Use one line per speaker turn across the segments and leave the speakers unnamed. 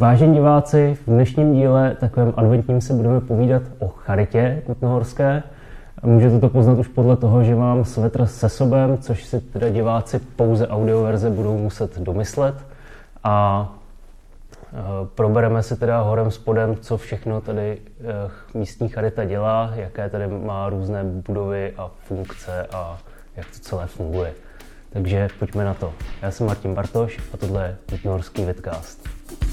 Vážení diváci, v dnešním díle, takovém adventním, se budeme povídat o charitě kutnohorské. Můžete to poznat už podle toho, že mám svetr se sobem, což si teda diváci pouze audioverze budou muset domyslet. A probereme si teda horem spodem, co všechno tady místní charita dělá, jaké tady má různé budovy a funkce a jak to celé funguje. Takže pojďme na to. Já jsem Martin Bartoš a tohle je Kutnohorský vidcast.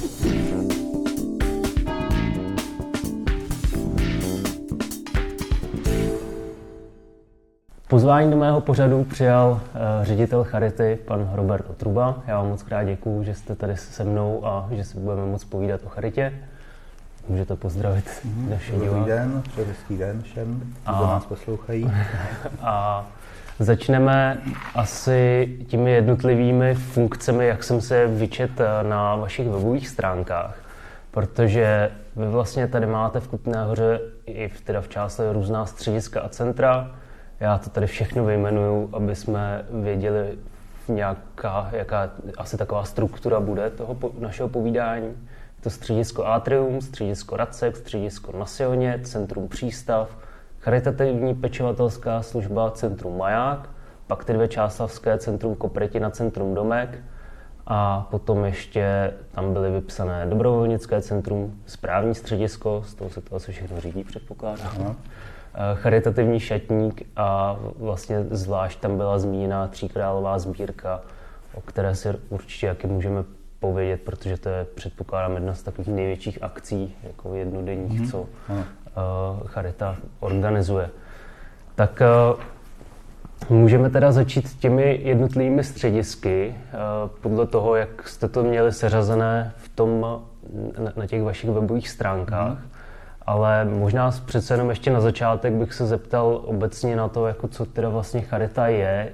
Pozvání do mého pořadu přijal ředitel charity, pan Robert Otruba. Já vám moc krát děkuju, že jste tady se mnou a že si budeme moc povídat o charitě. Můžete pozdravit naše diváky.
Dobrý den, hezký den všem, kdo nás poslouchají.
A začneme asi těmi jednotlivými funkcemi, jak jsem se vyčet na vašich webových stránkách. Protože vy vlastně tady máte v Kutné Hoře i v Čáslavi různá střediska a centra. Já to tady všechno vyjmenuju, aby jsme věděli jaká asi taková struktura bude toho našeho povídání. To středisko Atrium, středisko Racek, středisko Na Sioně, centrum Přístav, charitativní pečovatelská služba, centrum Maják, pak ty dvě čáslavské, centrum Kopretina, centrum Domek a potom ještě tam byly vypsané dobrovolnické centrum, správní středisko, z toho se to asi všechno řídí, předpokládám. Charitativní šatník a vlastně zvlášť tam byla zmíněná Tříkrálová sbírka, o které si určitě jaký můžeme povědět, protože to je, předpokládám, jedna z takových největších akcí, jako jednodenních, co charita organizuje. Tak můžeme teda začít těmi jednotlivými středisky, podle toho, jak jste to měli seřazené na těch vašich webových stránkách. Ale možná přece jenom ještě na začátek bych se zeptal obecně na to, jako co teda vlastně charita je,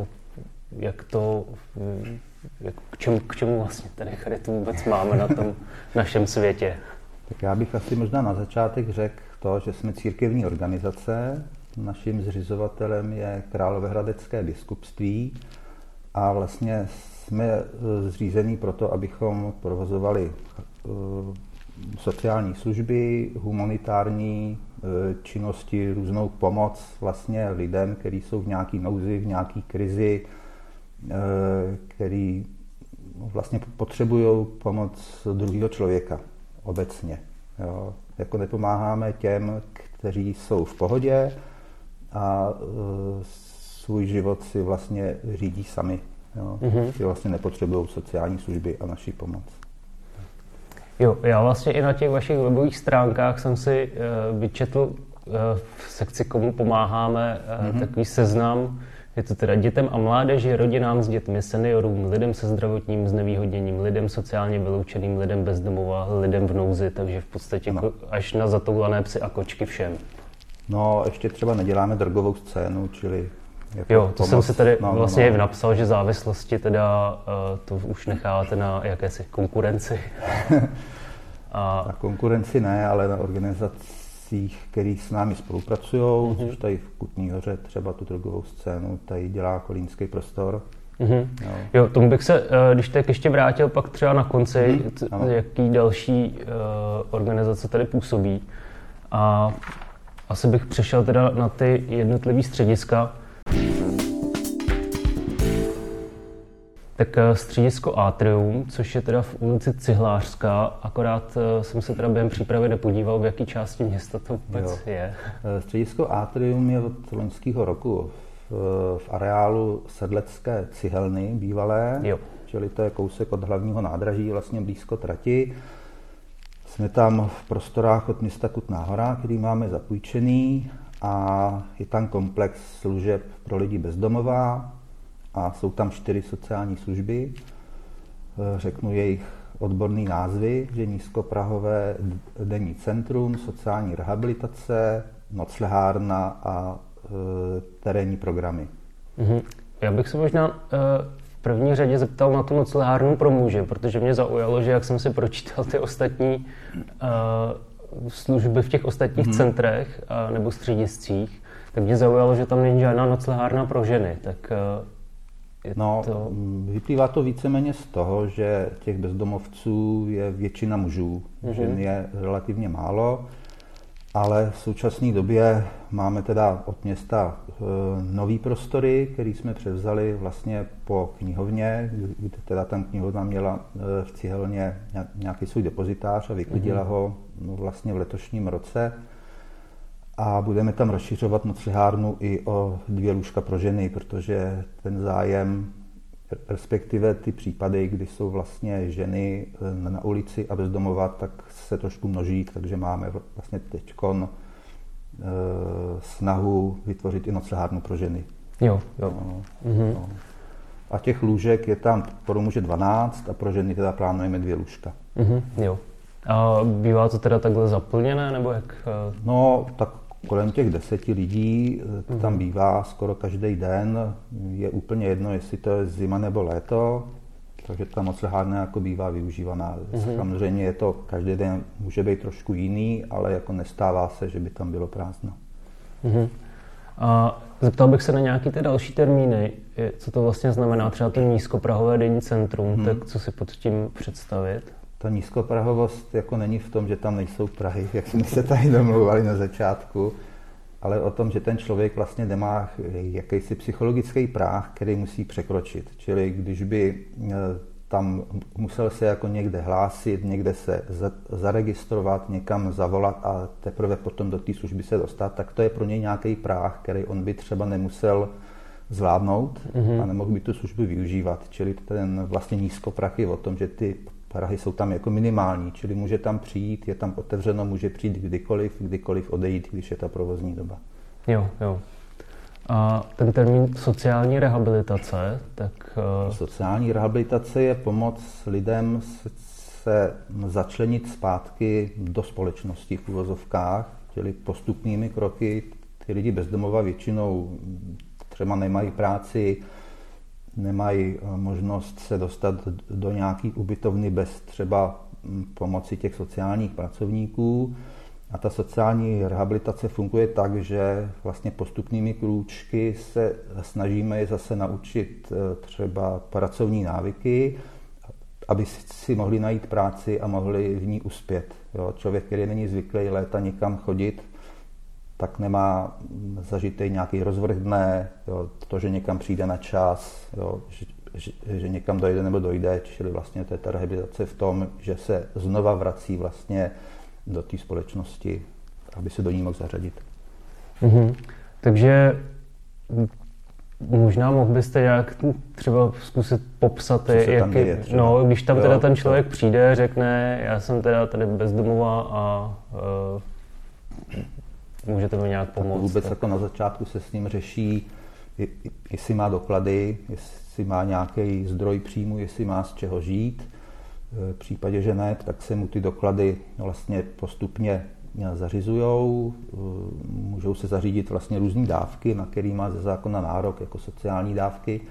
k čemu vlastně tady charitu vůbec máme na tom našem světě.
Tak já bych asi možná na začátek řekl to, že jsme církevní organizace. Naším zřizovatelem je Královéhradecké biskupství a vlastně jsme zřízení proto, abychom provozovali sociální služby, humanitární činnosti, různou pomoc vlastně lidem, kteří jsou v nějaké nouzi, v nějaké krizi, který vlastně potřebují pomoc druhého člověka obecně. Jo. Jako nepomáháme těm, kteří jsou v pohodě a svůj život si vlastně řídí sami. Jo. Si vlastně nepotřebují sociální služby a naši pomoc.
Jo, já vlastně i na těch vašich webových stránkách jsem si vyčetl v sekci Komu pomáháme takový seznam. Je to teda dětem a mládeži, rodinám s dětmi, seniorům, lidem se zdravotním znevýhodněním, lidem sociálně vyloučeným, lidem bez domova, lidem v nouzi, takže v podstatě až na zatoulané psy a kočky všem.
No, ještě třeba neděláme drogovou scénu, čili jako
jo, to pomoc. Jsem si tady vlastně napsal, že závislosti teda to už necháváte na jakési konkurenci.
Na konkurenci ne, ale na organizacích, které s námi spolupracují, což tady v Kutné Hoře třeba tu drogovou scénu tady dělá Kolínský prostor.
Jo, tomu bych se, když tak ještě vrátil pak třeba na konci, jaký další organizace tady působí. A asi bych přešel teda na ty jednotlivý střediska. Tak středisko Atrium, což je teda v ulici Cihlářská, akorát jsem se teda během přípravy nepodíval, v jaké části města to vůbec je.
Středisko Atrium je od loňského roku v areálu Sedlecké cihelny bývalé, čili to je kousek od hlavního nádraží, vlastně blízko trati. Jsme tam v prostorách od města Kutná Hora, který máme zapůjčený a je tam komplex služeb pro lidi bezdomová. A jsou tam 4 sociální služby, řeknu jejich odborné názvy, že nízkoprahové denní centrum, sociální rehabilitace, noclehárna a terénní programy.
Já bych se možná v první řadě zeptal na tu noclehárnu pro muže, protože mě zaujalo, že jak jsem si pročítal ty ostatní služby v těch ostatních centrech nebo střediscích, tak mě zaujalo, že tam není žádná noclehárna pro ženy. Tak
Vyplývá to víceméně z toho, že těch bezdomovců je většina mužů, žen je relativně málo, ale v současné době máme teda od města nový prostory, který jsme převzali vlastně po knihovně, kde teda tam knihovna měla v Cihelně nějaký svůj depozitář a vyklidila ho vlastně v letošním roce. A budeme tam rozšiřovat noclihárnu i o 2 lůžka pro ženy, protože ten zájem, respektive ty případy, kdy jsou vlastně ženy na ulici a bezdomova, tak se trošku množí, takže máme vlastně teďkon snahu vytvořit i noclihárnu pro ženy.
Jo.
No. A těch lůžek je tam pro muže 12 a pro ženy teda plánujeme 2 lůžka.
Jo. A bývá to teda takhle zaplněné, nebo jak?
No, tak kolem těch 10 lidí tam bývá skoro každý den. Je úplně jedno, jestli to je zima nebo léto, takže ta noclihárna jako bývá využívaná. Samozřejmě je to každý den může být trošku jiný, ale jako nestává se, že by tam bylo prázdno.
A zeptal bych se na nějaký ty další termíny. Co to vlastně znamená třeba to nízkoprahové denní centrum, tak co si pod tím představit?
Ta nízkoprahovost jako není v tom, že tam nejsou prahy, jak jsme se tady domlouvali na začátku, ale o tom, že ten člověk vlastně nemá jakýsi psychologický práh, který musí překročit. Čili když by tam musel se jako někde hlásit, někde se zaregistrovat, někam zavolat a teprve potom do té služby se dostat, tak to je pro něj nějaký práh, který on by třeba nemusel zvládnout a nemohl by tu službu využívat. Čili ten vlastně nízkoprah je o tom, že ty prahy jsou tam jako minimální, čili může tam přijít, je tam otevřeno, může přijít kdykoliv odejít, když je ta provozní doba.
Jo. A ten termín sociální rehabilitace, tak...
Sociální rehabilitace je pomoc lidem se začlenit zpátky do společnosti v uvozovkách, čili postupnými kroky. Ty lidi bezdomova většinou třeba nemají práci, nemají možnost se dostat do nějaké ubytovny bez třeba pomoci těch sociálních pracovníků. A ta sociální rehabilitace funguje tak, že vlastně postupnými krůčky se snažíme je zase naučit třeba pracovní návyky, aby si mohli najít práci a mohli v ní uspět. Jo, člověk, který není zvyklý léta někam chodit, tak nemá zažitý nějaký rozvrh dne, jo, to, že někam přijde na čas, jo, že někam dojde nebo dojde, čili vlastně to je ta rehabilitace v tom, že se znova vrací vlastně do té společnosti, aby se do ní mohl zařadit.
Takže možná mohl byste nějak třeba zkusit popsat, když tam teda ten člověk přijde, řekne, já jsem teda tady bezdomová a můžete mi nějak pomoct.
Vůbec jako na začátku se s ním řeší, jestli má doklady, jestli má nějaký zdroj příjmu, jestli má z čeho žít. V případě, že ne, tak se mu ty doklady vlastně postupně zařizujou. Můžou se zařídit vlastně různé dávky, na který má ze zákona nárok, jako sociální dávky.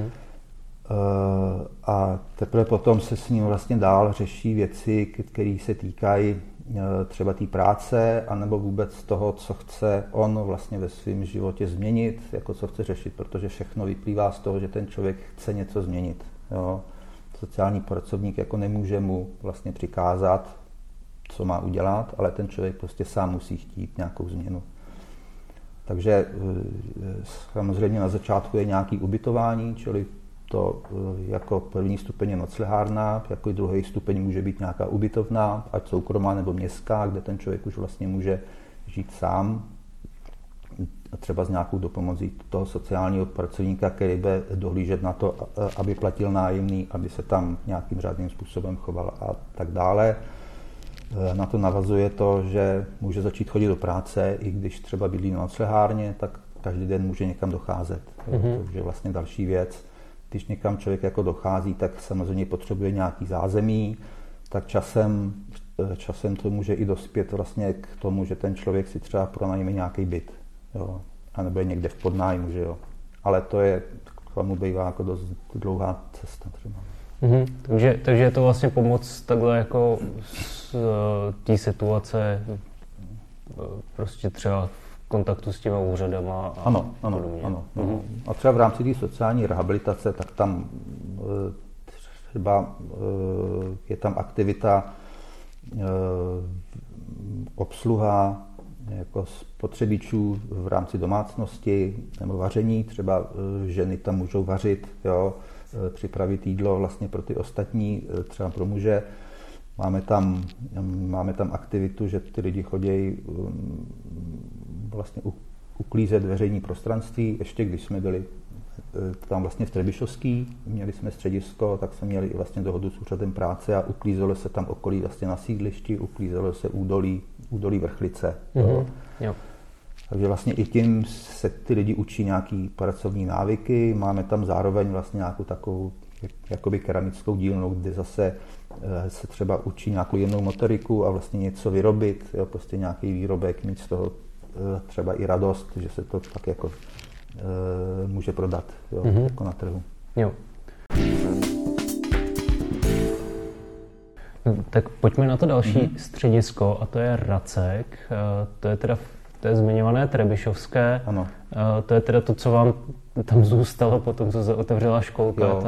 A teprve potom se s ním vlastně dál řeší věci, které se týkají třeba té práce, anebo vůbec toho, co chce on vlastně ve svém životě změnit, jako co chce řešit, protože všechno vyplývá z toho, že ten člověk chce něco změnit. Jo. Sociální pracovník jako nemůže mu vlastně přikázat, co má udělat, ale ten člověk prostě sám musí chtít nějakou změnu. Takže samozřejmě na začátku je nějaké ubytování, čili to jako první stupeň je noclihárna, jako druhý stupeň může být nějaká ubytovna, ať soukromá nebo městská, kde ten člověk už vlastně může žít sám, třeba s nějakou dopomocí toho sociálního pracovníka, který bude dohlížet na to, aby platil nájemný, aby se tam nějakým řádným způsobem choval a tak dále. Na to navazuje to, že může začít chodit do práce, i když třeba bydlí na noclihárně, tak každý den může někam docházet. To už je vlastně další věc. Když někam člověk jako dochází, tak samozřejmě potřebuje nějaký zázemí, tak časem to může i dospět vlastně k tomu, že ten člověk si třeba pronajme nějaký byt. Jo, a nebo je někde v podnájmu, že jo. Ale to je, k tomu bývá jako dost dlouhá cesta třeba.
Takže je to vlastně pomoc takhle jako z té situace prostě třeba kontaktu s těma úřadama.
Ano. A třeba v rámci té sociální rehabilitace, tak tam třeba je tam aktivita obsluha jako spotřebičů v rámci domácnosti nebo vaření. Třeba ženy tam můžou vařit, jo, připravit jídlo vlastně pro ty ostatní, třeba pro muže. Máme tam aktivitu, že ty lidi chodí vlastně uklízet veřejné prostranství. Ještě když jsme byli tam vlastně v Trebišovský, měli jsme středisko, tak jsme měli vlastně dohodu s úřadem práce a uklízelo se tam okolí vlastně na sídlišti, uklízelo se údolí Vrchlice.
Jo.
Takže vlastně i tím se ty lidi učí nějaký pracovní návyky. Máme tam zároveň vlastně nějakou takovou jakoby keramickou dílnu, kde zase se třeba učí nějakou jemnou motoriku a vlastně něco vyrobit, jo, prostě nějaký výrobek, mít z toho třeba i radost, že se to pak jako může prodat, jo, jako na trhu.
Jo. Tak pojďme na to další středisko, a to je Racek. To je zmiňované Trebišovské.
Ano.
To je teda to, co vám tam zůstalo potom, co se otevřela školka.
Jo.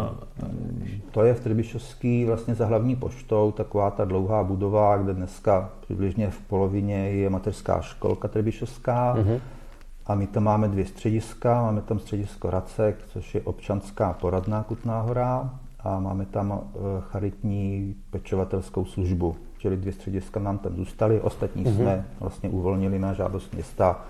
To je v Trebišovský vlastně za hlavní poštou, taková ta dlouhá budova, kde dneska přibližně v polovině je mateřská školka Trebišovská. A my tam máme 2 střediska. Máme tam středisko Racek, což je občanská poradná Kutná Hora, a máme tam charitní pečovatelskou službu. Čili 2 střediska nám tam zůstaly, ostatní jsme vlastně uvolnili na žádost města.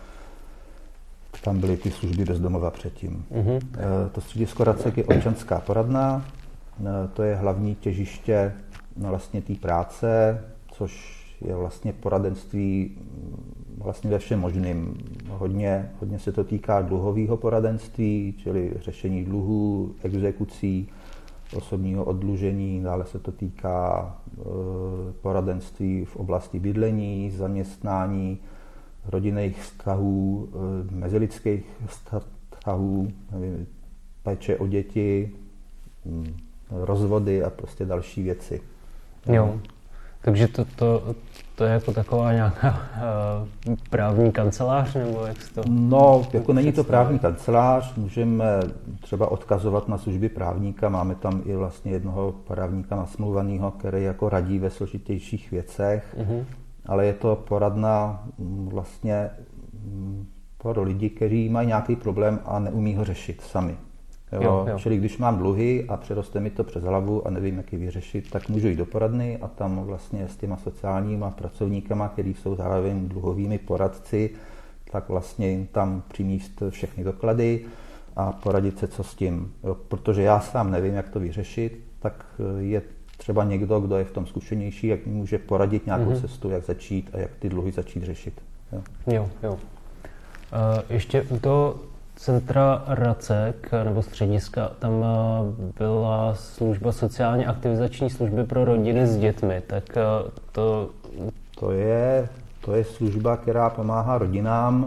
Tam byly ty služby bezdomova předtím. To středisko Racek je občanská poradna, to je hlavní těžiště vlastně té práce, což je vlastně poradenství vlastně ve všem možným. Hodně se to týká dluhového poradenství, čili řešení dluhů, exekucí, osobního oddlužení, dále se to týká poradenství v oblasti bydlení, zaměstnání, rodinných vztahů, mezilidských vztahů, péče o děti, rozvody a prostě další věci.
Jo, takže to je jako taková nějaká právní kancelář, nebo jak to?
No, jako není to právní kancelář, můžeme třeba odkazovat na služby právníka, máme tam i vlastně jednoho právníka nasmluvaného, který jako radí ve složitějších věcech, ale je to poradna vlastně pro lidi, kteří mají nějaký problém a neumí ho řešit sami. Jo. Čili když mám dluhy a přeroste mi to přes hlavu a nevím, jak je vyřešit, tak můžu jít do poradny a tam vlastně s těma sociálníma pracovníkama, kteří jsou zároveň dluhovými poradci, tak vlastně jim tam přinést všechny doklady a poradit se, co s tím. Jo. Protože já sám nevím, jak to vyřešit, tak je třeba někdo, kdo je v tom zkušenější, jak může poradit nějakou cestu, jak začít a jak ty dluhy začít řešit.
Jo. Ještě u toho centra Racek nebo střediska, tam byla služba sociálně aktivizační služby pro rodiny s dětmi, tak
to je služba, která pomáhá rodinám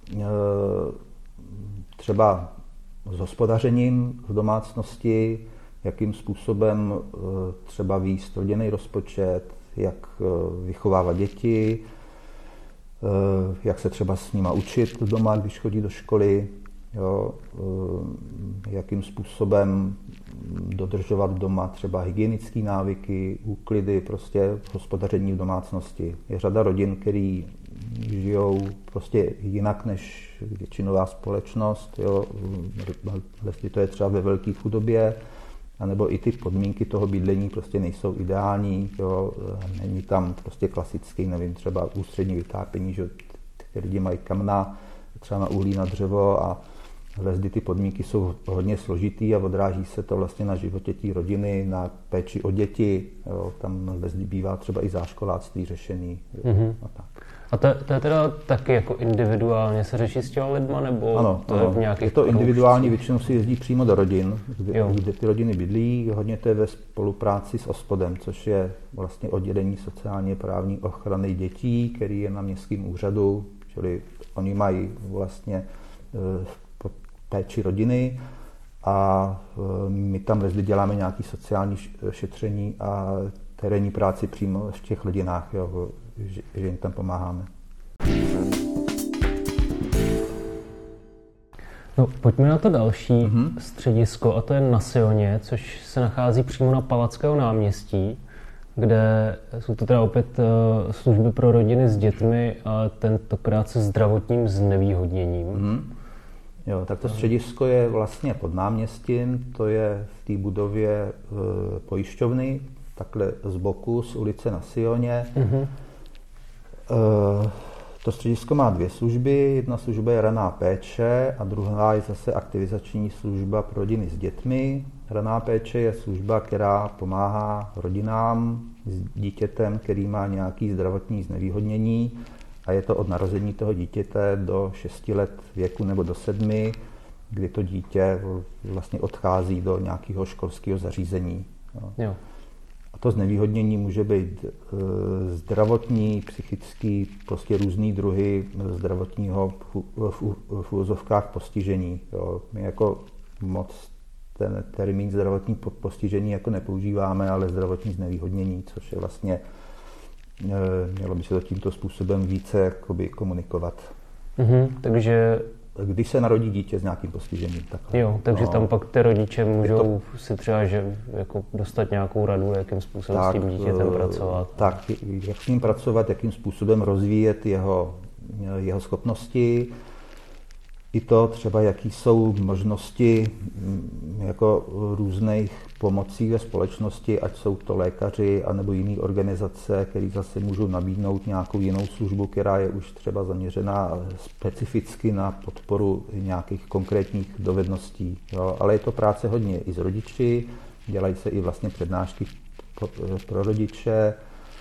třeba s hospodařením v domácnosti, jakým způsobem třeba vést rodinný rozpočet, jak vychovávat děti, jak se třeba s nima učit doma, když chodí do školy, jo, jakým způsobem dodržovat doma třeba hygienické návyky, úklidy, prostě hospodaření v domácnosti. Je řada rodin, který žijou prostě jinak než většinová společnost, jo, jestli to je třeba ve velké chudobě, anebo i ty podmínky toho bydlení prostě nejsou ideální, jo, není tam prostě klasický, nevím, třeba ústřední vytápění, že ty lidi mají kamna, třeba na uhlí, na dřevo a zde ty podmínky jsou hodně složitý a odráží se to vlastně na životě té rodiny, na péči o děti, jo, tam zde bývá třeba i záškoláctví řešený. Jo, a tak.
A to je teda taky jako individuálně se řeší s těma lidma, nebo
ano,
to je v nějakých
je to individuální, většinou si jezdí přímo do rodin, kde ty rodiny bydlí, hodně to je ve spolupráci s OSPODem, což je vlastně oddělení sociálně právní ochrany dětí, který je na městském úřadu, čili oni mají vlastně péči rodiny a my tam zde děláme nějaké sociální šetření a terénní práci přímo v těch rodinách, jo, že jim tam pomáháme.
No, pojďme na to další středisko, a to je na Sioně, což se nachází přímo na Palackého náměstí, kde jsou to teda opět služby pro rodiny s dětmi, ale tentokrát se zdravotním znevýhodněním.
Jo, tak to středisko je vlastně pod náměstím, to je v té budově pojišťovny, takhle z boku, z ulice na Sioně. To středisko má 2 služby, jedna služba je raná péče a druhá je zase aktivizační služba pro rodiny s dětmi. Raná péče je služba, která pomáhá rodinám s dítětem, který má nějaké zdravotní znevýhodnění, a je to od narození toho dítěte do 6 let věku nebo do 7, kdy to dítě vlastně odchází do nějakého školského zařízení.
Jo.
A to znevýhodnění může být zdravotní, psychický, prostě různý druhy zdravotního v úvozovkách postižení. Jo. My jako moc ten termín zdravotní postižení jako nepoužíváme, ale zdravotní znevýhodnění, což je vlastně, mělo by se to tímto způsobem více jakoby komunikovat.
Takže
když se narodí dítě s nějakým postižením. Takhle.
Jo, takže tam pak ty rodiče můžou si třeba jako dostat nějakou radu, jakým způsobem s tím dítětem pracovat.
Tak, jak s ním pracovat, jakým způsobem rozvíjet jeho schopnosti. I to třeba, jaký jsou možnosti jako různých pomocí ve společnosti, ať jsou to lékaři anebo jiné organizace, které zase můžou nabídnout nějakou jinou službu, která je už třeba zaměřená specificky na podporu nějakých konkrétních dovedností. Jo. Ale je to práce hodně i s rodiči, dělají se i vlastně přednášky pro rodiče,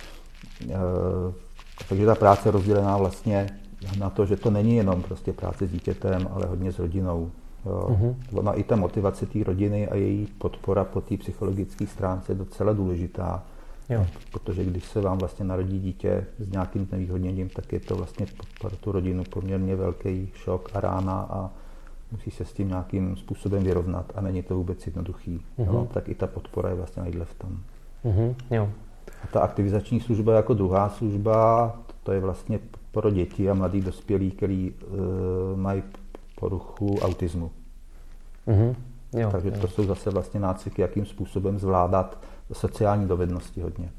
takže ta práce je rozdělená vlastně na to, že to není jenom prostě práce s dítětem, ale hodně s rodinou. Ona i ta motivace té rodiny a její podpora po té psychologické stránce je docela důležitá.
Jo.
Protože když se vám vlastně narodí dítě s nějakým znevýhodněním, tak je to vlastně pro tu rodinu poměrně velký šok a rána a musí se s tím nějakým způsobem vyrovnat a není to vůbec jednoduchý. Jo? Tak i ta podpora je vlastně najdle v tom.
Jo.
A ta aktivizační služba jako druhá služba, to je vlastně pro děti a mladí dospělí, kteří mají poruchu autismu.
Jo,
takže to jsou zase vlastně nácviky, jakým způsobem zvládat sociální dovednosti hodně.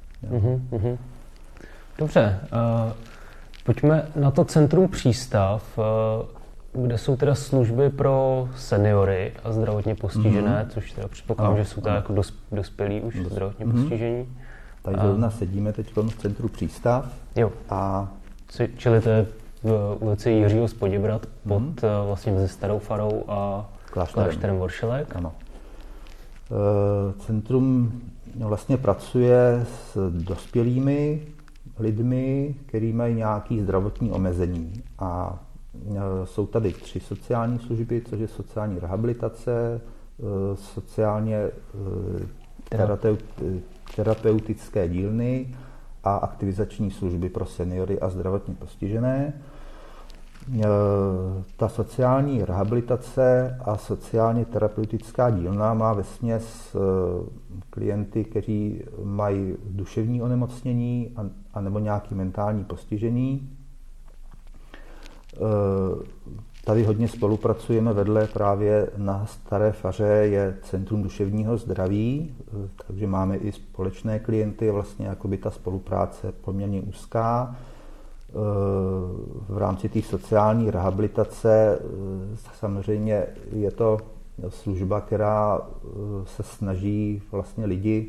Dobře, pojďme na to centrum Přístav, kde jsou teda služby pro seniory a zdravotně postižené, což teda předpokládám, že jsou teda jako dospělí už zdravotně postižení.
Takže zrovna sedíme teď v centru Přístav.
Jo.
A
čili to je v ulici Jiřího z Poděbrad pod vlastně mezi Starou Farou a klášterem Voršilek.
Ano. Centrum vlastně pracuje s dospělými lidmi, kteří mají nějaké zdravotní omezení. A jsou tady 3 sociální služby, což je sociální rehabilitace, sociálně terapeutické dílny a aktivizační služby pro seniory a zdravotně postižené. Ta sociální rehabilitace a sociálně terapeutická dílna má vesměs klienty, kteří mají duševní onemocnění a nebo nějaké mentální postižení. Tady hodně spolupracujeme vedle právě na Staré Faře je Centrum duševního zdraví, takže máme i společné klienty, vlastně jakoby ta spolupráce poměrně úzká. V rámci té sociální rehabilitace samozřejmě je to služba, která se snaží vlastně lidi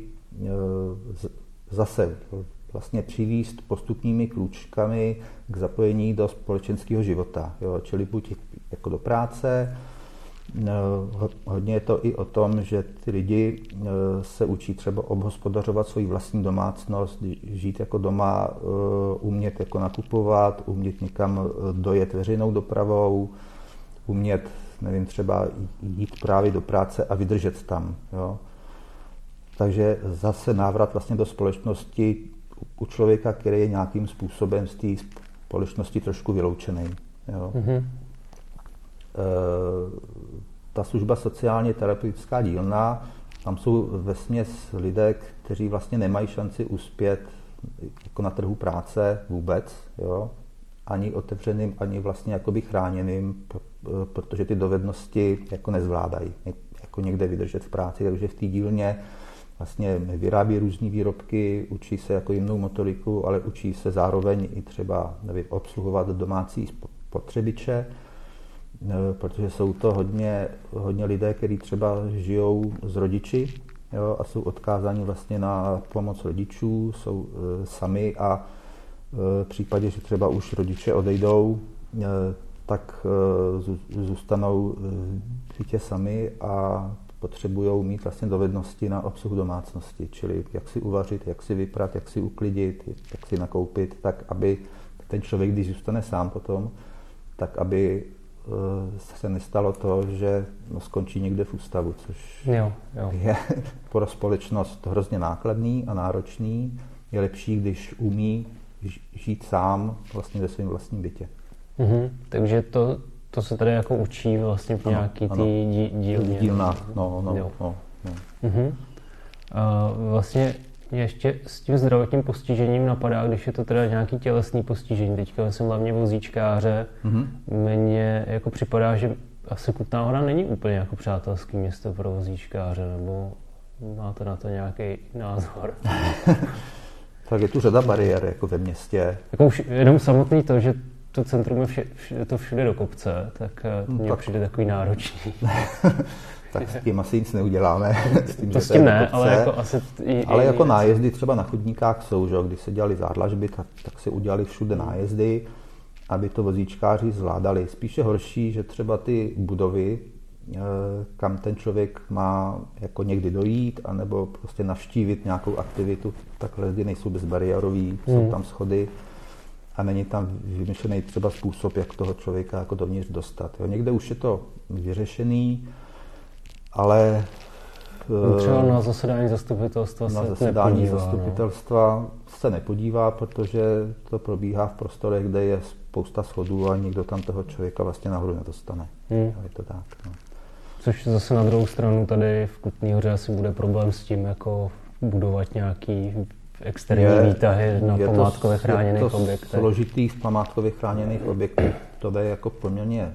zase vlastně přivést postupnými krůčkami k zapojení do společenského života. Jo, čili buď jako do práce, hodně je to i o tom, že ty lidi se učí třeba obhospodařovat svoji vlastní domácnost, žít jako doma, umět jako nakupovat, umět někam dojet veřejnou dopravou, umět, nevím, třeba jít právě do práce a vydržet tam. Jo. Takže zase návrat vlastně do společnosti u člověka, který je nějakým způsobem z té společnosti trošku vyloučený. Jo. Ta služba sociálně terapeutická dílna, tam jsou vesměs lidé, kteří vlastně nemají šanci uspět jako na trhu práce vůbec, jo. Ani otevřeným, ani vlastně jakoby chráněným, protože ty dovednosti jako nezvládají. Jako někde vydržet v práci, takže v té dílně vlastně vyrábí různé výrobky, učí se jako jemnou motoriku, ale učí se zároveň i třeba obsluhovat domácí spotřebiče, protože jsou to hodně lidé, kteří třeba žijou s rodiči, jo, a jsou odkázáni vlastně na pomoc rodičů, jsou sami a v případě, že třeba už rodiče odejdou, tak zůstanou v bytě sami a potřebují mít vlastně dovednosti na obsluhu domácnosti, čili jak si uvařit, jak si vyprat, jak si uklidit, jak si nakoupit, tak aby ten člověk, když zůstane sám potom, tak aby se nestalo to, že skončí někde v ústavu, což je pro společnost hrozně nákladný a náročný. Je lepší, když umí žít sám vlastně ve svém vlastním bytě.
Takže to se tady jako učí vlastně v nějaký ty dílně.
Dílnách, no.
A vlastně ještě s tím zdravotním postižením napadá, když je to teda nějaký tělesný postižení, teďka jsem hlavně vozíčkáře, mně jako připadá, že asi Kutná Hora není úplně jako přátelský město pro vozíčkáře, nebo máte na to nějaký názor?
Tak je tu řada bariér jako ve městě.
Jako už jenom samotný to, že to centrum je to všude do kopce, tak mně přijde takový náročný.
Tak s tím asi nic neuděláme.
S tím ne, ale jako asi...
Ale jako nájezdy třeba na chodníkách jsou, že když se dělali zádlažby, tak se udělali všude nájezdy, aby to vozíčkáři zvládali. Spíše horší, že třeba ty budovy, kam ten člověk má jako někdy dojít, anebo prostě navštívit nějakou aktivitu, takhle lidi nejsou bezbariéroví, jsou tam schody a není tam vymyšlený třeba způsob, jak toho člověka jako dovnitř dostat. Jo, někde už je to vyřešený, ale...
Třeba na zasedání zastupitelstva
se nepodívá, protože to probíhá v prostorech, kde je spousta schodů a nikdo tam toho člověka vlastně nahoru nedostane. Je to tak, no.
Což zase na druhou stranu tady v Kutné Hoře asi bude problém s tím, jako budovat nějaký externí výtahy na památkově chráněných objektech.
Je to složitý v památkově chráněných objektech. To je jako poměrně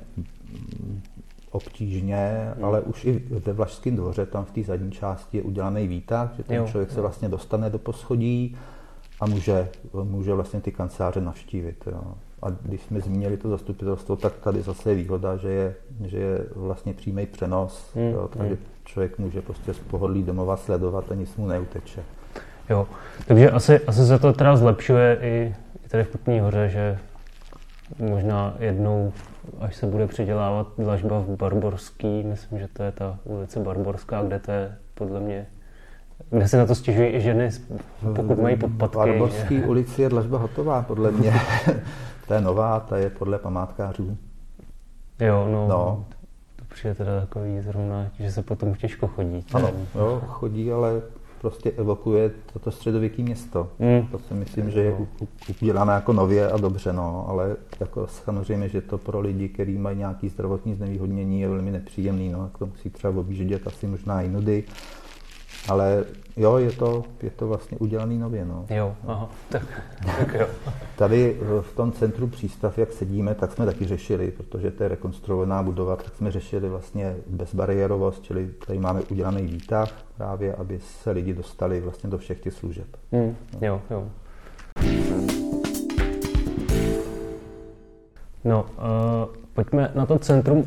obtížně, ale už i ve Vlašském dvoře, tam v té zadní části je udělaný výtah, že ten člověk se vlastně dostane do poschodí a může vlastně ty kanceláře navštívit. Jo. A když jsme zmínili to zastupitelstvo, tak tady zase je výhoda, že je vlastně přímý přenos, takže člověk může prostě z pohodlí domova sledovat a nic mu neuteče.
Jo, takže asi se to teda zlepšuje i tady v Kutné Hoře, že možná jednou, až se bude předělávat dlažba v Barborský, myslím, že to je ta ulice Barborská, kde to je podle mě, kde se na to stěžují i ženy, pokud mají podpatky.
V Barborský ulici je dlažba hotová, podle mě. Ta je nová, ta je podle památkářů.
Jo, no. To přijde teda takový zrovna, že se potom těžko chodí.
Ano, chodí, ale prostě evokuje toto středověké město. To si myslím, že je udělané jako nově a dobře, no, ale jako samozřejmě, že to pro lidi, kteří mají nějaké zdravotní znevýhodnění, je velmi nepříjemný, no, to musí třeba objíždět asi možná i nudy, ale jo, je to vlastně udělaný nově, no.
Jo, aha, tak jo.
Tady v tom centru Přístav, jak sedíme, tak jsme taky řešili, protože to je rekonstruovaná budova, tak jsme řešili vlastně bezbariérovost, čili tady máme udělaný výtah právě, aby se lidi dostali vlastně do všech těch služeb.
Jo. No, pojďme na to centrum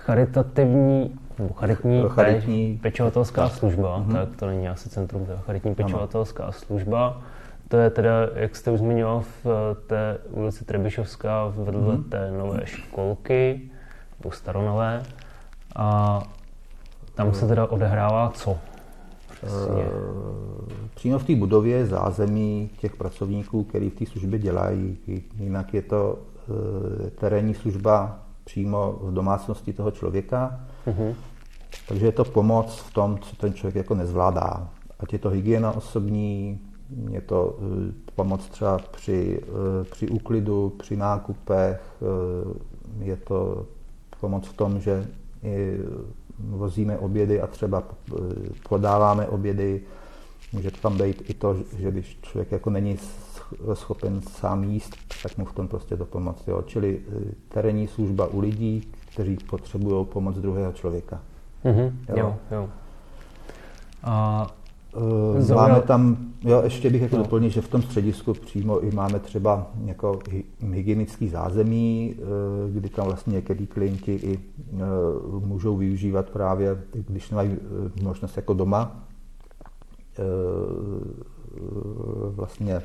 charitní pečovatelská služba, tak to není asi centrum, to je charitní pečovatelská služba. To je teda, jak jste už zmiňoval, v té ulici Trebišovská vedle té nové školky, nebo staronové. A tam se teda odehrává co? Přesně.
Přímo v té budově je zázemí těch pracovníků, kteří v té službě dělají. Jinak je to terénní služba přímo v domácnosti toho člověka. Takže je to pomoc v tom, co ten člověk jako nezvládá. Ať je to hygiena osobní, je to pomoc třeba při úklidu, při nákupech, je to pomoc v tom, že vozíme obědy a třeba podáváme obědy. Může tam být i to, že když člověk jako není schopen sám jíst, tak mu v tom prostě to pomoct. Jo. Čili terénní služba u lidí, kteří potřebují pomoc druhého člověka.
Jo. A
máme tam, ještě bych doplnil, že v tom středisku přímo i máme třeba jako hygienický zázemí, kdy tam vlastně některý klienti i můžou využívat právě, když nemají možnost jako doma, vlastně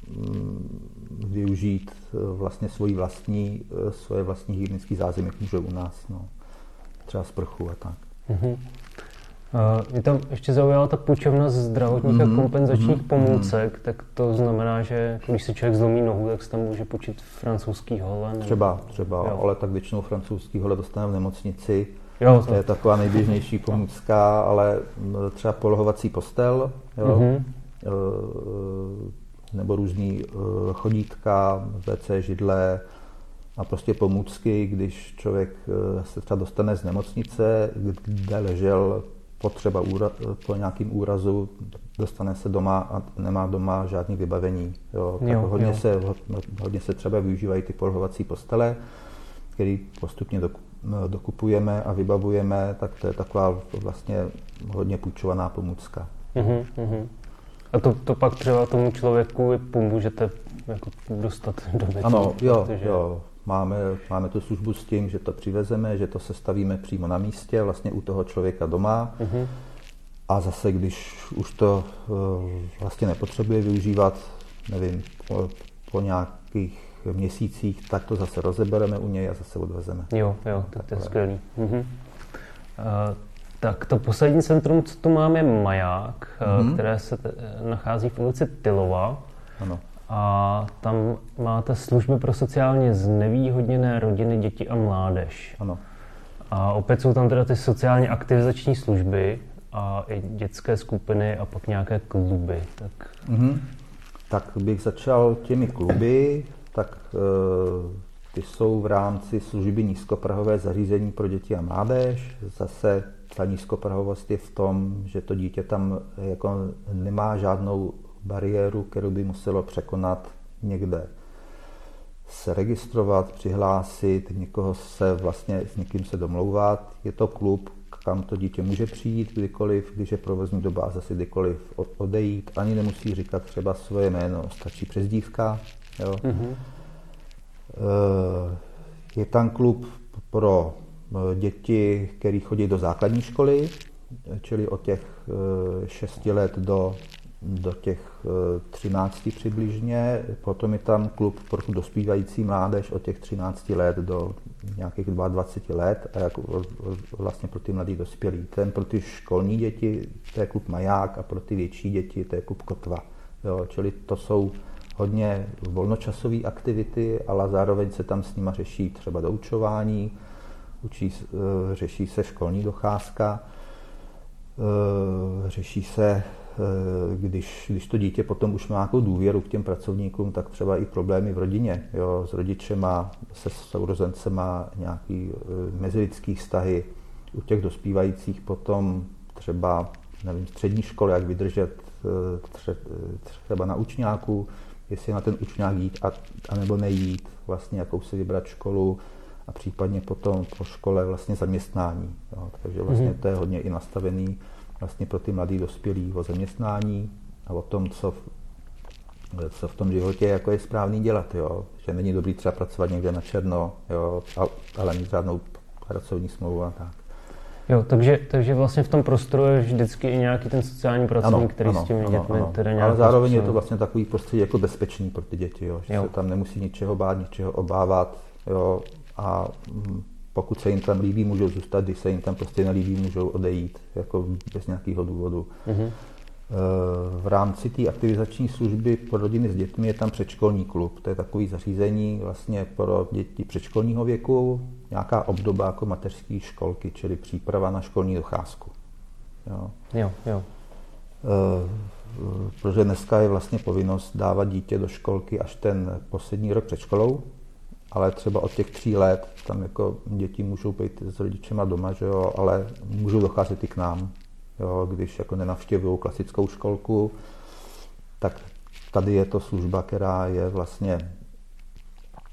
využít vlastně svoje vlastní hygienické zázemí, jak můžou u nás, třeba sprchu a tak.
Mě tam ještě zaujala ta půjčovna zdravotních a kompenzačních pomůcek, tak to znamená, že když se člověk zlomí nohu, tak se tam může půjčit francouzský hole?
Třeba, ale tak většinou francouzský hole dostane v nemocnici. To je taková nejběžnější pomůcka, ale třeba polohovací postel, nebo různý chodítka, WC židle a prostě pomůcky, když člověk se třeba dostane z nemocnice, kde ležel po nějakým úrazu, dostane se doma a nemá doma žádné vybavení. Hodně se třeba využívají ty polohovací postele, které postupně dokupujeme a vybavujeme, tak to je taková vlastně hodně půjčovaná pomůcka.
A to pak třeba tomu člověku pomůžete jako dostat do bytu?
Ano, jo. Máme tu službu s tím, že to přivezeme, že to sestavíme přímo na místě, vlastně u toho člověka doma. A zase, když už to vlastně nepotřebuje využívat, nevím, po nějakých měsících, tak to zase rozebereme u něj a zase odvezeme.
Jo, tak to je skvělý. Tak to poslední centrum, co tu máme, je Maják, které se nachází v ulici Tylova.
Ano.
A tam máte služby pro sociálně znevýhodněné rodiny, děti a mládež.
Ano.
A opět jsou tam teda ty sociálně aktivizační služby a i dětské skupiny a pak nějaké kluby.
Tak bych začal těmi kluby, tak ty jsou v rámci služby nízkoprahové zařízení pro děti a mládež. Zase ta nízkoprahovost je v tom, že to dítě tam jako nemá žádnou bariéru, kterou by muselo překonat někde. Se registrovat, přihlásit, s někým se domlouvat. Je to klub, kam to dítě může přijít kdykoliv, když je provozní doba a zase kdykoliv odejít. Ani nemusí říkat třeba svoje jméno, stačí přezdívka. Jo. Je tam klub pro děti, které chodí do základní školy, čili od těch 6 let do těch 13 přibližně. Potom je tam klub pro dospívající mládež od těch 13 let do nějakých 22 let a jako vlastně pro ty mladí dospělí. Ten pro ty školní děti, to je klub Maják a pro ty větší děti, to je klub Kotva. Jo, čili to jsou hodně volnočasové aktivity, ale zároveň se tam s nima řeší třeba doučování, řeší se školní docházka, řeší se, když to dítě potom už má nějakou důvěru k těm pracovníkům, tak třeba i problémy v rodině, s rodičema, se sourozencema, nějaký mezilidský vztahy. U těch dospívajících potom třeba, nevím, střední školy, jak vydržet třeba na učňáku, jestli na ten učňák jít a nebo nejít, vlastně jakou si vybrat školu a případně potom po škole vlastně zaměstnání. Jo. Takže vlastně to je hodně i nastavený vlastně pro ty mladý dospělí o zaměstnání a o tom, co v tom životě jako je správný dělat. Jo. Že není dobrý třeba pracovat někde na černo, jo, ale mít žádnou pracovní smlouvu a tak.
Jo, takže vlastně v tom prostoru je vždycky i nějaký ten sociální pracovník, který s těmi dětmi teda nějak...
Ale zároveň je to vlastně takový prostředí jako bezpečný pro ty děti, jo, že se tam nemusí ničeho bát, ničeho obávat, jo, a pokud se jim tam líbí, můžou zůstat, když se jim tam prostě nelíbí, můžou odejít, jako bez nějakého důvodu. V rámci té aktivizační služby pro rodiny s dětmi je tam předškolní klub. To je takový zařízení vlastně pro děti předškolního věku, nějaká obdoba jako mateřské školky, čili příprava na školní docházku.
Jo.
Protože dneska je vlastně povinnost dávat dítě do školky až ten poslední rok před školou, ale třeba od těch 3 let tam jako děti můžou být s rodičema doma, že jo, ale můžou docházet i k nám. Jo, když jako nenavštěvují klasickou školku, tak tady je to služba, která je vlastně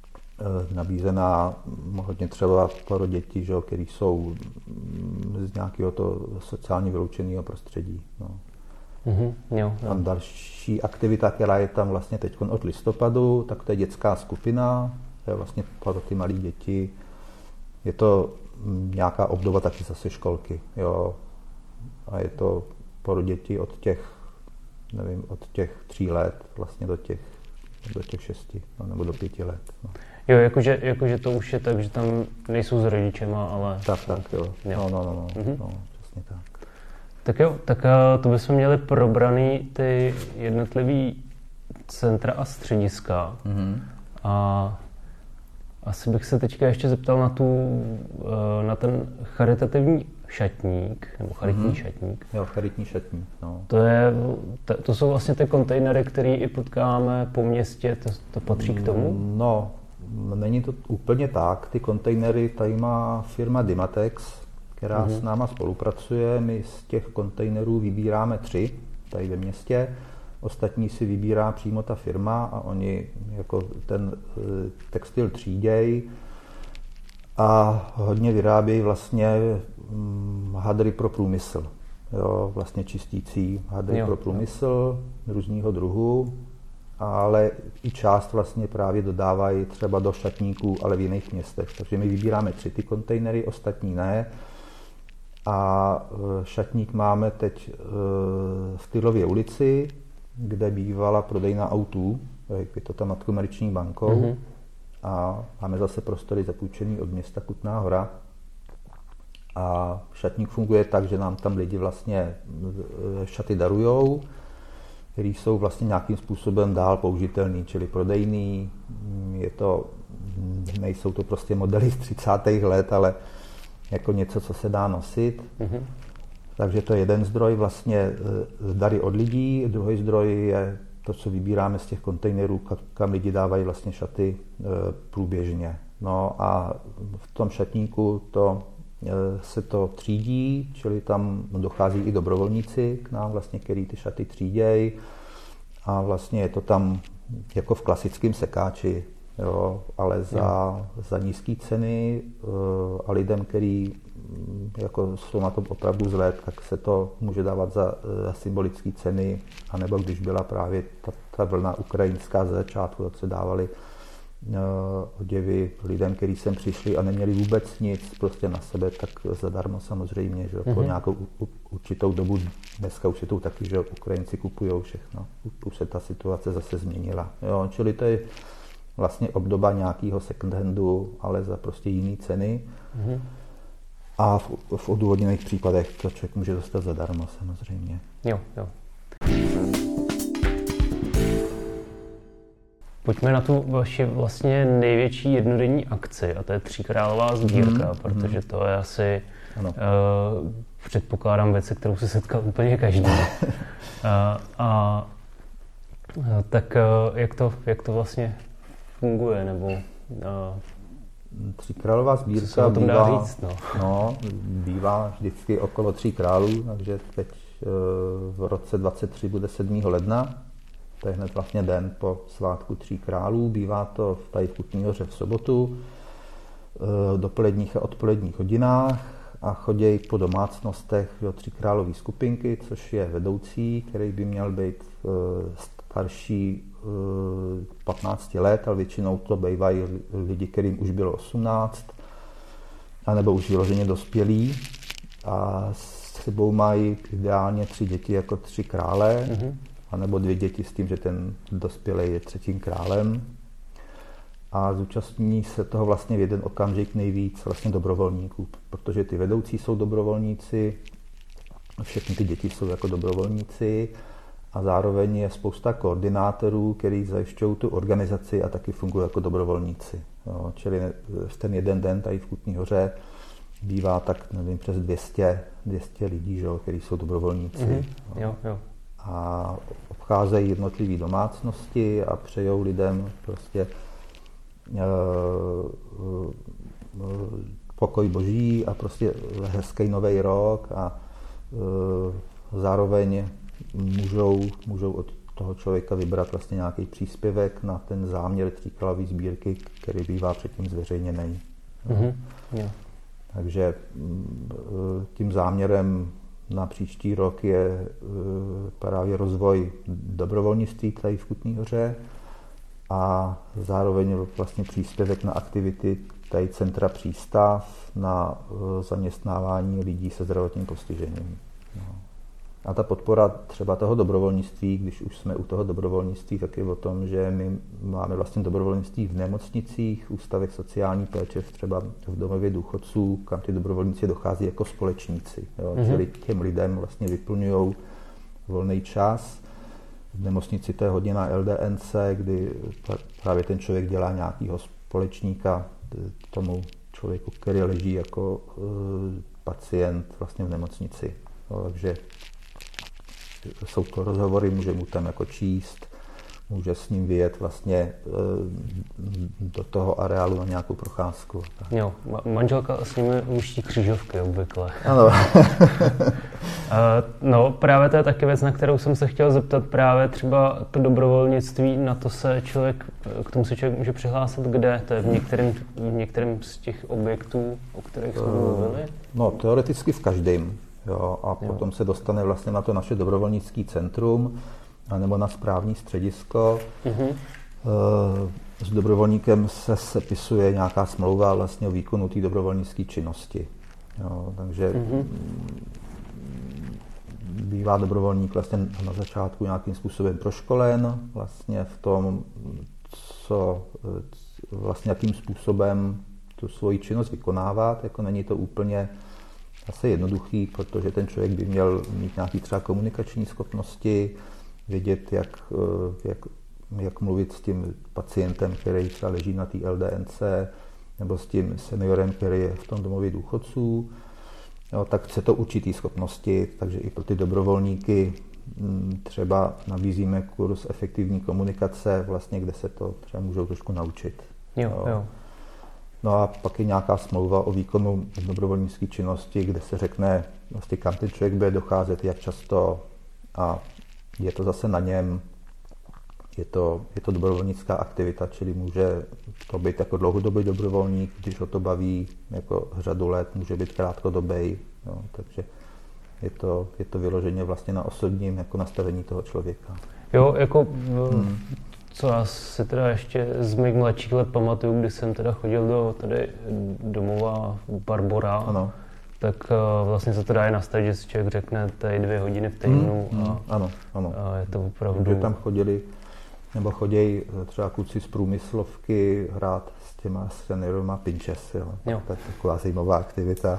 nabízená hodně třeba pro děti, že, který jsou z nějakého to sociálně vyloučeného prostředí. No.
Jo.
A další aktivita, která je tam vlastně teď od listopadu, tak to je dětská skupina, to je vlastně pro ty malé děti. Je to nějaká obdoba taky zase školky. Jo. A je to pro děti od těch 3 let vlastně do těch 6 nebo do 5 let. No.
Jo, jakože to už je tak, že tam nejsou s rodičema, ale...
Tak, jo. No, přesně tak.
Tak jo, tak to bychom měli probraný ty jednotlivý centra a střediska. A asi bych se teďka ještě zeptal na ten charitativní šatník, nebo charitní šatník.
Jo, charitní šatník, no.
To jsou vlastně ty kontejnery, které i potkáme po městě, to patří k tomu?
No, není to úplně tak. Ty kontejnery tady má firma Dymatex, která s náma spolupracuje. My z těch kontejnerů vybíráme 3 tady ve městě. Ostatní si vybírá přímo ta firma a oni jako ten textil třídějí a hodně vyrábějí vlastně hadry pro průmysl. Jo, vlastně čistící hadry pro průmysl různého druhu, ale i část vlastně právě dodávají třeba do šatníků, ale v jiných městech. Takže my vybíráme 3 ty kontejnery, ostatní ne. A šatník máme teď v Tylově ulici, kde bývala prodejna autů, je to tam nad Komerční bankou. A máme zase prostory zapůjčený od města Kutná Hora. A šatník funguje tak, že nám tam lidi vlastně šaty darujou, které jsou vlastně nějakým způsobem dál použitelný, čili prodejný. Nejsou to prostě modely z 30. let, ale jako něco, co se dá nosit. Takže to je jeden zdroj vlastně dary od lidí, druhý zdroj je to, co vybíráme z těch kontejnerů, kam lidi dávají vlastně šaty průběžně. No a v tom šatníku se to třídí, čili tam dochází i dobrovolníci k nám, vlastně, který ty šaty třídějí. A vlastně je to tam jako v klasickém sekáči, jo, ale za nízké ceny a lidem, který jako jsou na tom opravdu zle, tak se to může dávat za symbolické ceny, anebo když byla právě ta vlna ukrajinská ze začátku, tak se dávali oděvy lidem, kteří sem přišli a neměli vůbec nic prostě na sebe, tak zadarmo samozřejmě, že po nějakou určitou dobu, dneska už je to taky, že Ukrajinci kupujou všechno. Už se ta situace zase změnila. Jo, čili to je vlastně obdoba nějakého second handu, ale za prostě jiné ceny. A v odůvodněných případech to člověk může dostat zadarmo samozřejmě.
Jo. Pojďme na tu vaši vlastně největší jednodenní akci, a to je Tříkrálová sbírka, protože to je asi, předpokládám, věc, se kterou se setkal úplně každý. Tak jak to vlastně funguje, nebo...
Tříkrálová sbírka bývá vždycky okolo 3 králů, takže teď v roce 2023 bude 7. ledna. To je hned vlastně den po svátku 3 králů. Bývá to tady v Kutné Hoře v sobotu, dopoledních a odpoledních hodinách a chodějí po domácnostech 3 králové skupinky, což je vedoucí, který by měl být starší 15 let, ale většinou to bývají lidi, kterým už bylo 18, anebo už vyloženě dospělí. A s sebou mají ideálně 3 děti jako 3 krále, anebo 2 děti s tím, že ten dospělý je 3. králem. A zúčastní se toho vlastně v jeden okamžik nejvíc vlastně dobrovolníků, protože ty vedoucí jsou dobrovolníci, všechny ty děti jsou jako dobrovolníci a zároveň je spousta koordinátorů, kteří zajišťují tu organizaci a taky fungují jako dobrovolníci. Jo, čili v ten jeden den tady v Kutné Hoře bývá tak, nevím, přes 200 lidí, že, kteří jsou dobrovolníci.
Jo.
A obcházejí jednotlivé domácnosti a přejou lidem prostě pokoj boží a prostě hezký nový rok a zároveň můžou od toho člověka vybrat vlastně nějaký příspěvek na ten záměr tříkalové sbírky, který bývá předtím zveřejněný.
Jo.
Takže tím záměrem na příští rok je právě rozvoj dobrovolnictví tady v Kutné Hoře a zároveň vlastně příspěvek na aktivity tady centra Přístav na zaměstnávání lidí se zdravotním postižením. A ta podpora třeba toho dobrovolnictví, když už jsme u toho dobrovolnictví, tak je o tom, že my máme vlastně dobrovolnictví v nemocnicích, ústavech sociální péče, třeba v domově důchodců, kam ty dobrovolníci dochází jako společníci. Jo? Čili těm lidem vlastně vyplňují volný čas. V nemocnici to je hodina LDNC, kdy právě ten člověk dělá nějakého společníka tomu člověku, který leží jako pacient vlastně v nemocnici. Jo? Takže jsou to rozhovory, může mu tam jako číst, může s ním vyjet vlastně do toho areálu na nějakou procházku.
Jo, manželka s nimi luští křižovky obvykle.
Ano.
No, právě to je taky věc, na kterou jsem se chtěl zeptat, právě třeba to dobrovolnictví, na to se člověk, k tomu se člověk může přihlásit kde? To je v některém z těch objektů, o kterých jsme mluvili?
No, teoreticky v každém. Jo, a potom se dostane vlastně na to naše dobrovolnické centrum nebo na správní středisko. S dobrovolníkem se sepisuje nějaká smlouva vlastně o výkonu té dobrovolnické činnosti. Jo, takže bývá dobrovolník vlastně na začátku nějakým způsobem proškolen vlastně v tom, vlastně jakým způsobem tu svoji činnost vykonávat. Jako není to úplně asi jednoduchý, protože ten člověk by měl mít nějaké třeba komunikační schopnosti, vědět, jak mluvit s tím pacientem, který třeba leží na té LDNC, nebo s tím seniorem, který je v tom domově důchodců. Jo, tak chce to určitý schopnosti, takže i pro ty dobrovolníky třeba nabízíme kurz efektivní komunikace, vlastně, kde se to třeba můžou trošku naučit.
Jo.
No a pak je nějaká smlouva o výkonu dobrovolnické činnosti, kde se řekne, vlastně kam ten člověk bude docházet, jak často, a je to zase na něm. Je to dobrovolnická aktivita, čili může to být jako dlouhodobý dobrovolník, když ho to baví jako řadu let, může být krátkodobý, no, takže je to vyloženě vlastně na osobním jako nastavení toho člověka.
Jo, jako co já si teda ještě z mých mladších let pamatuju, když jsem teda chodil do tady domova Barbora,
ano.
Tak vlastně se to dá i nastavit, že si člověk řekne tady 2 hodiny v týdnu.
Ano.
A je to opravdu...
Že tam chodí třeba kluci z průmyslovky hrát s těma seniorama pinčes, jo. To je taková zajímavá aktivita.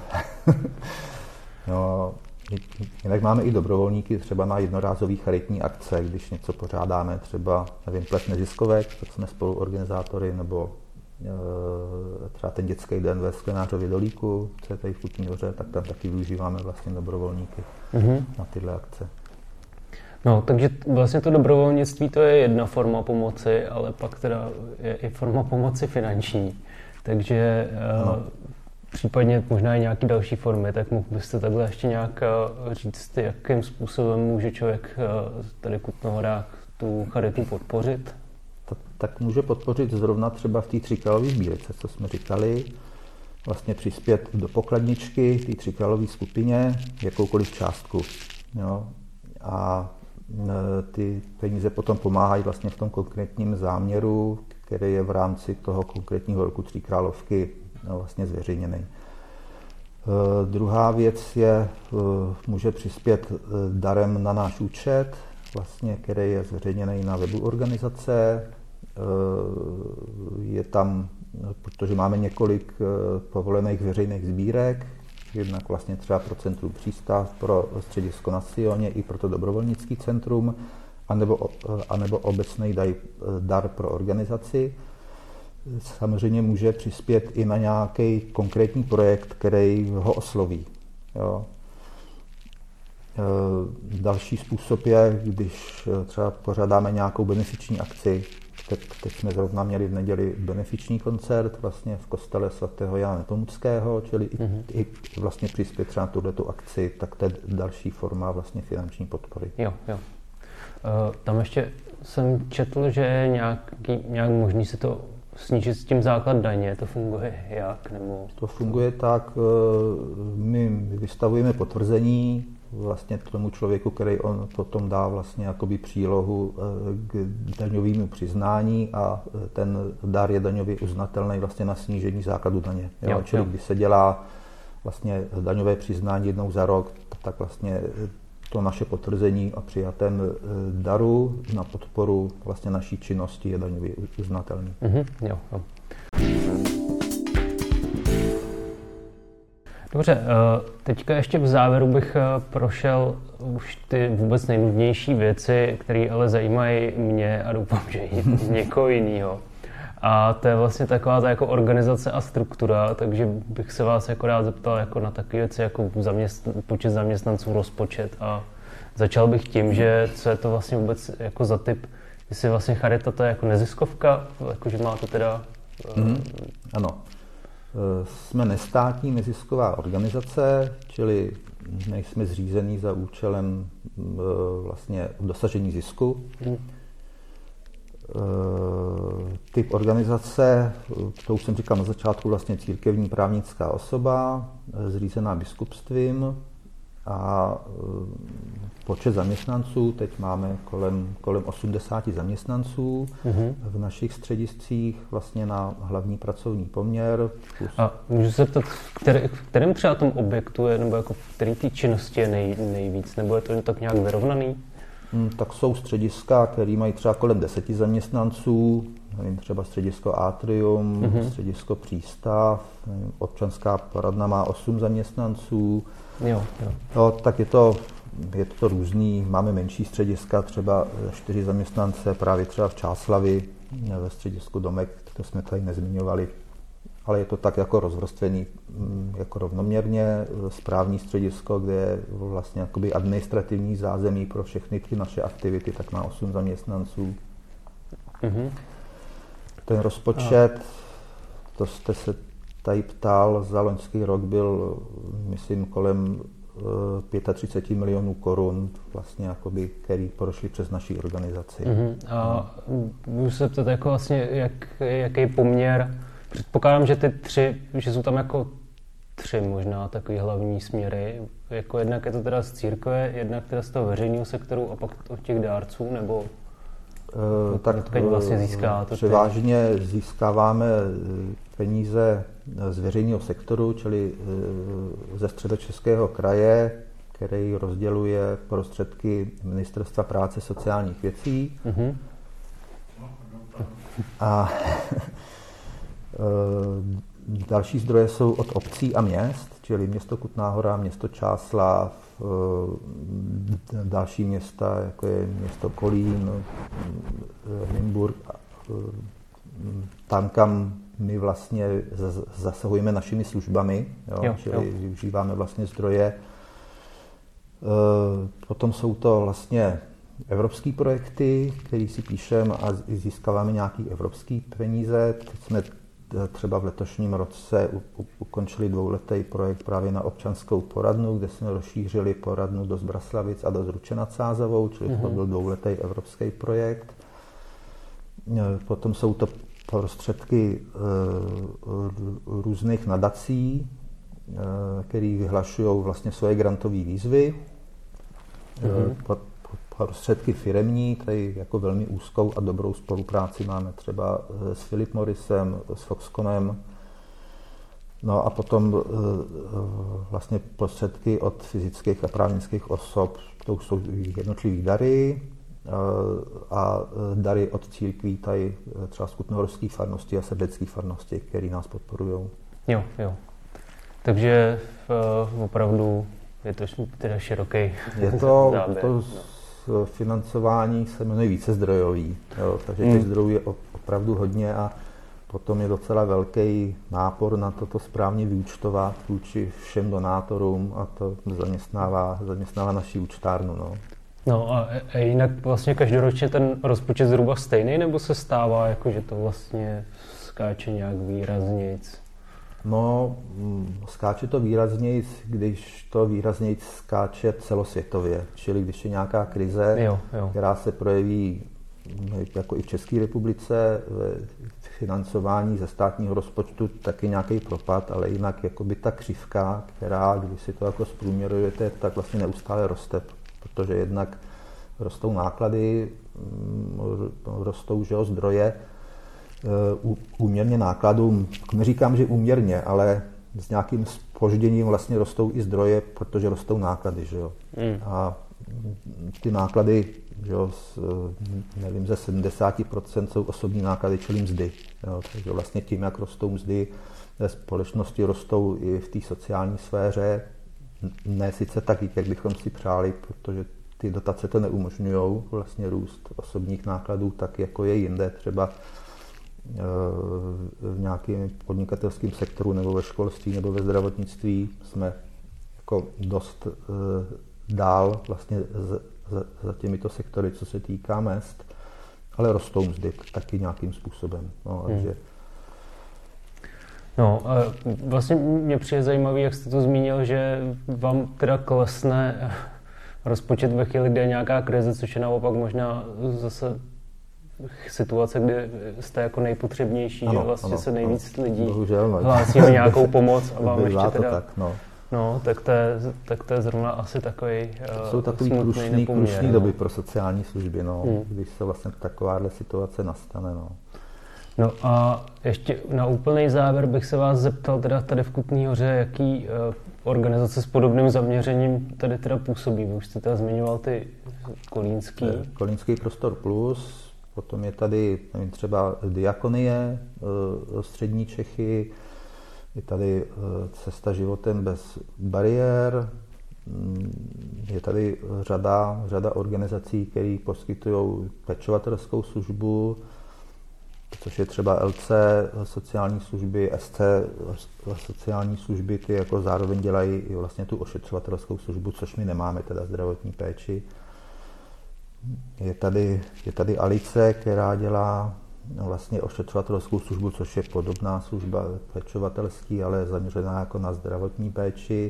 No, jinak máme i dobrovolníky třeba na jednorázový charitní akce, když něco pořádáme, třeba, nevím, ples neziskovek, tak jsme spoluorganizátory, nebo třeba ten dětský den ve Sklenářově Dolíku, co je tady v Kutné Hoře, tak tam taky využíváme vlastně dobrovolníky na tyhle akce.
No, takže vlastně to dobrovolnictví to je jedna forma pomoci, ale pak teda je i forma pomoci finanční. Takže případně možná i nějaké další formy, tak mohl byste takhle ještě nějak říct, jakým způsobem může člověk tady v Kutné Horách tu charitu podpořit?
Tak může podpořit zrovna třeba v té tříkalové sbírce, co jsme říkali, vlastně přispět do pokladničky té tříkalové skupině jakoukoliv částku. Jo? A ty peníze potom pomáhají vlastně v tom konkrétním záměru, který je v rámci toho konkrétního roku Tří královky vlastně zveřejněný. Druhá věc je, může přispět darem na náš účet, vlastně, který je zveřejněný na webu organizace. Je tam, protože máme několik povolených veřejných sbírek, jednak vlastně třeba pro Centrum Přístav, pro středisko na Sioně i pro to dobrovolnický centrum, anebo obecný dar pro organizaci. Samozřejmě může přispět i na nějaký konkrétní projekt, který ho osloví. Jo. Další způsob je, když třeba pořádáme nějakou benefiční akci. Teď jsme zrovna měli v neděli benefiční koncert vlastně v kostele svatého Jana Nepomuckého, čili i vlastně přispět třeba na tuhletu akci, tak to je další forma vlastně finanční podpory.
Jo. Tam ještě jsem četl, že je nějak možný si to snížit s tím základ daně. To funguje jak? Nebo...
To funguje tak, my vystavujeme potvrzení vlastně tomu člověku, který on potom dá vlastně jakoby přílohu k daňovému přiznání a ten dar je daňově uznatelný vlastně na snížení základu daně. Jo? Čili když se dělá vlastně daňové přiznání jednou za rok, tak vlastně to naše potvrzení a přijatem daru na podporu vlastně naší činnosti je daňově uznatelný.
Jo. Dobře, teďka ještě v závěru bych prošel už ty vůbec nejnudnější věci, které ale zajímají mě a doufám, že i někoho jiného. A to je vlastně taková ta jako organizace a struktura, takže bych se vás jako rád zeptal jako na takové věci jako počet zaměstnanců, rozpočet a začal bych tím, že co je to vlastně vůbec jako za typ, jestli vlastně Charita to je jako neziskovka, jakože má to teda...
Ano. Jsme nestátní nezisková organizace, čili nejsme zřízení za účelem vlastně dosažení zisku. Typ organizace, to už jsem říkal na začátku, vlastně církevní právnická osoba, zřízená biskupstvím a počet zaměstnanců, teď máme kolem 80 zaměstnanců v našich střediscích vlastně na hlavní pracovní poměr.
A můžu se zeptat, v kterém třeba tom objektu je, nebo jako v který té činnosti je nejvíc, nebo je to tak nějak vyrovnaný?
Tak jsou střediska, které mají třeba kolem 10 zaměstnanců, nevím, třeba středisko Atrium, středisko Přístav, nevím, občanská poradna má 8 zaměstnanců. Jo, tak je to různý. Máme menší střediska, třeba 4 zaměstnance, právě třeba v Čáslavi, ve středisku Domek, to jsme tady nezmiňovali, ale je to tak jako rozvrstvený jako rovnoměrně. Správní středisko, kde je vlastně jakoby administrativní zázemí pro všechny ty naše aktivity, tak má 8 zaměstnanců. Ten rozpočet, to jste se tady ptal, za loňský rok byl, myslím, kolem 35 milionů korun, vlastně jakoby, který prošli přes naší organizaci.
A můžu se ptat, jako vlastně, jaký poměr, předpokládám, že ty 3, že jsou tam jako 3 možná takový hlavní směry, jako jednak je to teda z církve, jednak teda z toho veřejného sektoru a pak od těch dárců, nebo
tak
vlastně získá to
převážně získáváme peníze z veřejného sektoru, čili ze Středočeského kraje, který rozděluje prostředky Ministerstva práce sociálních věcí. A další zdroje jsou od obcí a měst, čili město Kutná Hora, město Čáslav, další města, jako je město Kolín, Nymburk, tam, kam my vlastně zasahujeme našimi službami, čili využíváme vlastně zdroje. Potom jsou to vlastně evropské projekty, které si píšeme a získáváme nějaké evropské peníze. Teď jsme třeba v letošním roce ukončili 2letý projekt právě na občanskou poradnu, kde jsme rozšířili poradnu do Zbraslavic a do Zruče nad Sázavou, čili to byl 2letý evropský projekt. Potom jsou to prostředky různých nadací, které vyhlašují vlastně svoje grantové výzvy. Prostředky firemní, tady jako velmi úzkou a dobrou spolupráci máme třeba s Philip Morrisem, s Foxconnem. No a potom vlastně prostředky od fyzických a právnických osob, to jsou jednotlivý dary a dary od církví, tady třeba z kutnohorské farnosti a srdecké farnosti, které nás podporují.
Jo. Takže opravdu je to teda široký
to financování se jmenuje vícezdrojový, takže těch zdrojů je opravdu hodně a potom je docela velký nápor na to správně vyúčtovat vůči všem donátorům a to zaměstnává naši účtárnu.
No a jinak vlastně každoročně ten rozpočet zhruba stejný, nebo se stává, jako že to vlastně skáče nějak výraznějc?
No, skáče to výrazněji, když to výrazněji skáče celosvětově. Čili když je nějaká krize, která se projeví jako i v České republice, financování ze státního rozpočtu taky nějaký propad, ale jinak jakoby ta křivka, která, když si to jako zprůměrujete, tak vlastně neustále roste, protože jednak rostou náklady, rostou zdroje, úměrně nákladům, neříkám, že úměrně, ale s nějakým zpožděním vlastně rostou i zdroje, protože rostou náklady, že jo. A ty náklady, že jo, nevím, ze 70% jsou osobní náklady, čili mzdy. Jo. Takže vlastně tím, jak rostou mzdy ve společnosti, rostou i v té sociální sféře. Ne sice tak, jak bychom si přáli, protože ty dotace to neumožňují, vlastně růst osobních nákladů, tak jako je jinde, třeba v nějakém podnikatelském sektoru nebo ve školství nebo ve zdravotnictví jsme jako dost dál vlastně za těmito sektory, co se týká mezd, ale rostou mzdy taky nějakým způsobem. No, takže...
No, vlastně mě přijde zajímavý, jak jste to zmínil, že vám teda klesne rozpočet ve chvíli, kdy je nějaká krize, což je naopak možná zase situace, kdy jste jako nejpotřebnější, že vlastně se nejvíc lidí hlásí o nějakou pomoc a vám ještě teda...
Tak,
no, tak to je zrovna asi takový
jsou takový krušný doby pro sociální služby, když se vlastně takováhle situace nastane.
No a ještě na úplný závěr bych se vás zeptal teda tady v Kutné Hoře, jaký organizace s podobným zaměřením tady teda působí. Vy už jste teda zmiňoval ty kolínský.
Kolínský prostor plus, potom je tady nevím, třeba Diakonie, střední Čechy, je tady Cesta životem bez bariér, je tady řada organizací, které poskytují pečovatelskou službu, což je třeba LC, sociální služby, SC, sociální služby, ty jako zároveň dělají i vlastně tu ošetřovatelskou službu, což my nemáme, teda zdravotní péči. Je tady Alice, která dělá vlastně ošetřovatelskou službu, což je podobná služba pečovatelský, ale zaměřená jako na zdravotní péči.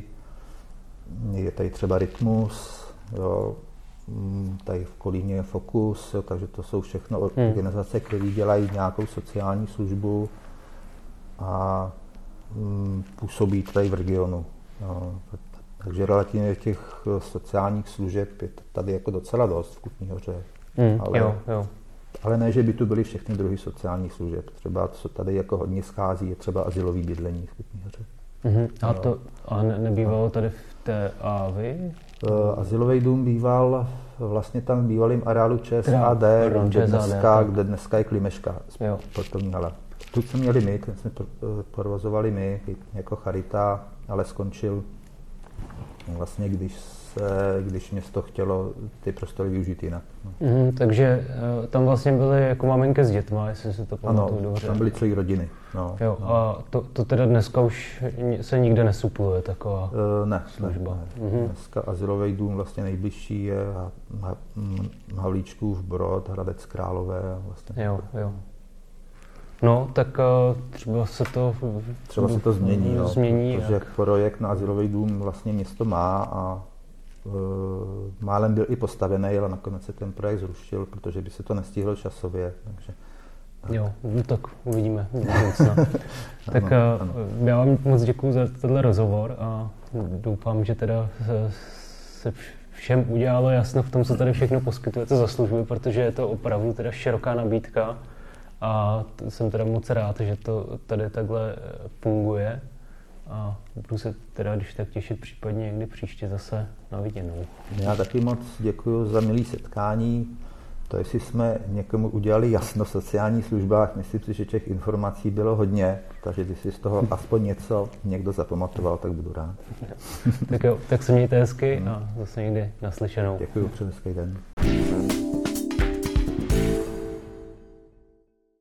Je tady třeba Rytmus, jo, tady v Kolíně je Fokus, jo, takže to jsou všechno organizace, které dělají nějakou sociální službu a působí tady v regionu. Jo. Takže relativně těch sociálních služeb je tady jako docela dost v Kutné Hoře. Ale ne, že by tu byly všechny druhy sociálních služeb. Třeba, co tady jako hodně schází, je třeba azylový bydlení v Kutné Hoře.
A nebývalo tady v té AVI?
Azylový dům býval vlastně tam v bývalém areálu ČSAD, kde dneska je Klimeška, sportovní hala. Tu jsme měli my, ten jsme provozovali my jako charita, ale skončil vlastně, když město chtělo ty prostory využít jinak.
Takže tam vlastně byly jako maminky s dětma, jestli si to pamatuju dobře.
Tam byly celé rodiny.
A to teda dneska už se nikde nesupluje taková služba?
Ne. Dneska azylový dům vlastně nejbližší je Havlíčkův Brod, Hradec Králové. Vlastně.
Jo. No, tak třeba se to změní
protože projekt na azylový dům vlastně město má a málem byl i postavený, ale nakonec se ten projekt zrušil, protože by se to nestihlo časově. Takže,
tak. Jo, tak uvidíme. Tak ano. Já vám moc děkuju za tenhle rozhovor a doufám, že teda se všem udělalo jasno v tom, co tady všechno poskytujete za služby, protože je to opravdu teda široká nabídka a jsem teda moc rád, že to tady takhle funguje. A budu se teda, když tak těšit případně někdy příště zase na viděnou.
Já taky moc děkuji za milé setkání. To, jestli jsme někomu udělali jasno v sociálních službách, myslím si, že těch informací bylo hodně, takže když si z toho aspoň něco někdo zapamatoval, tak budu rád.
Tak jo, tak se mějte hezky a zase někdy naslyšenou.
Děkuji, přeji hezký den.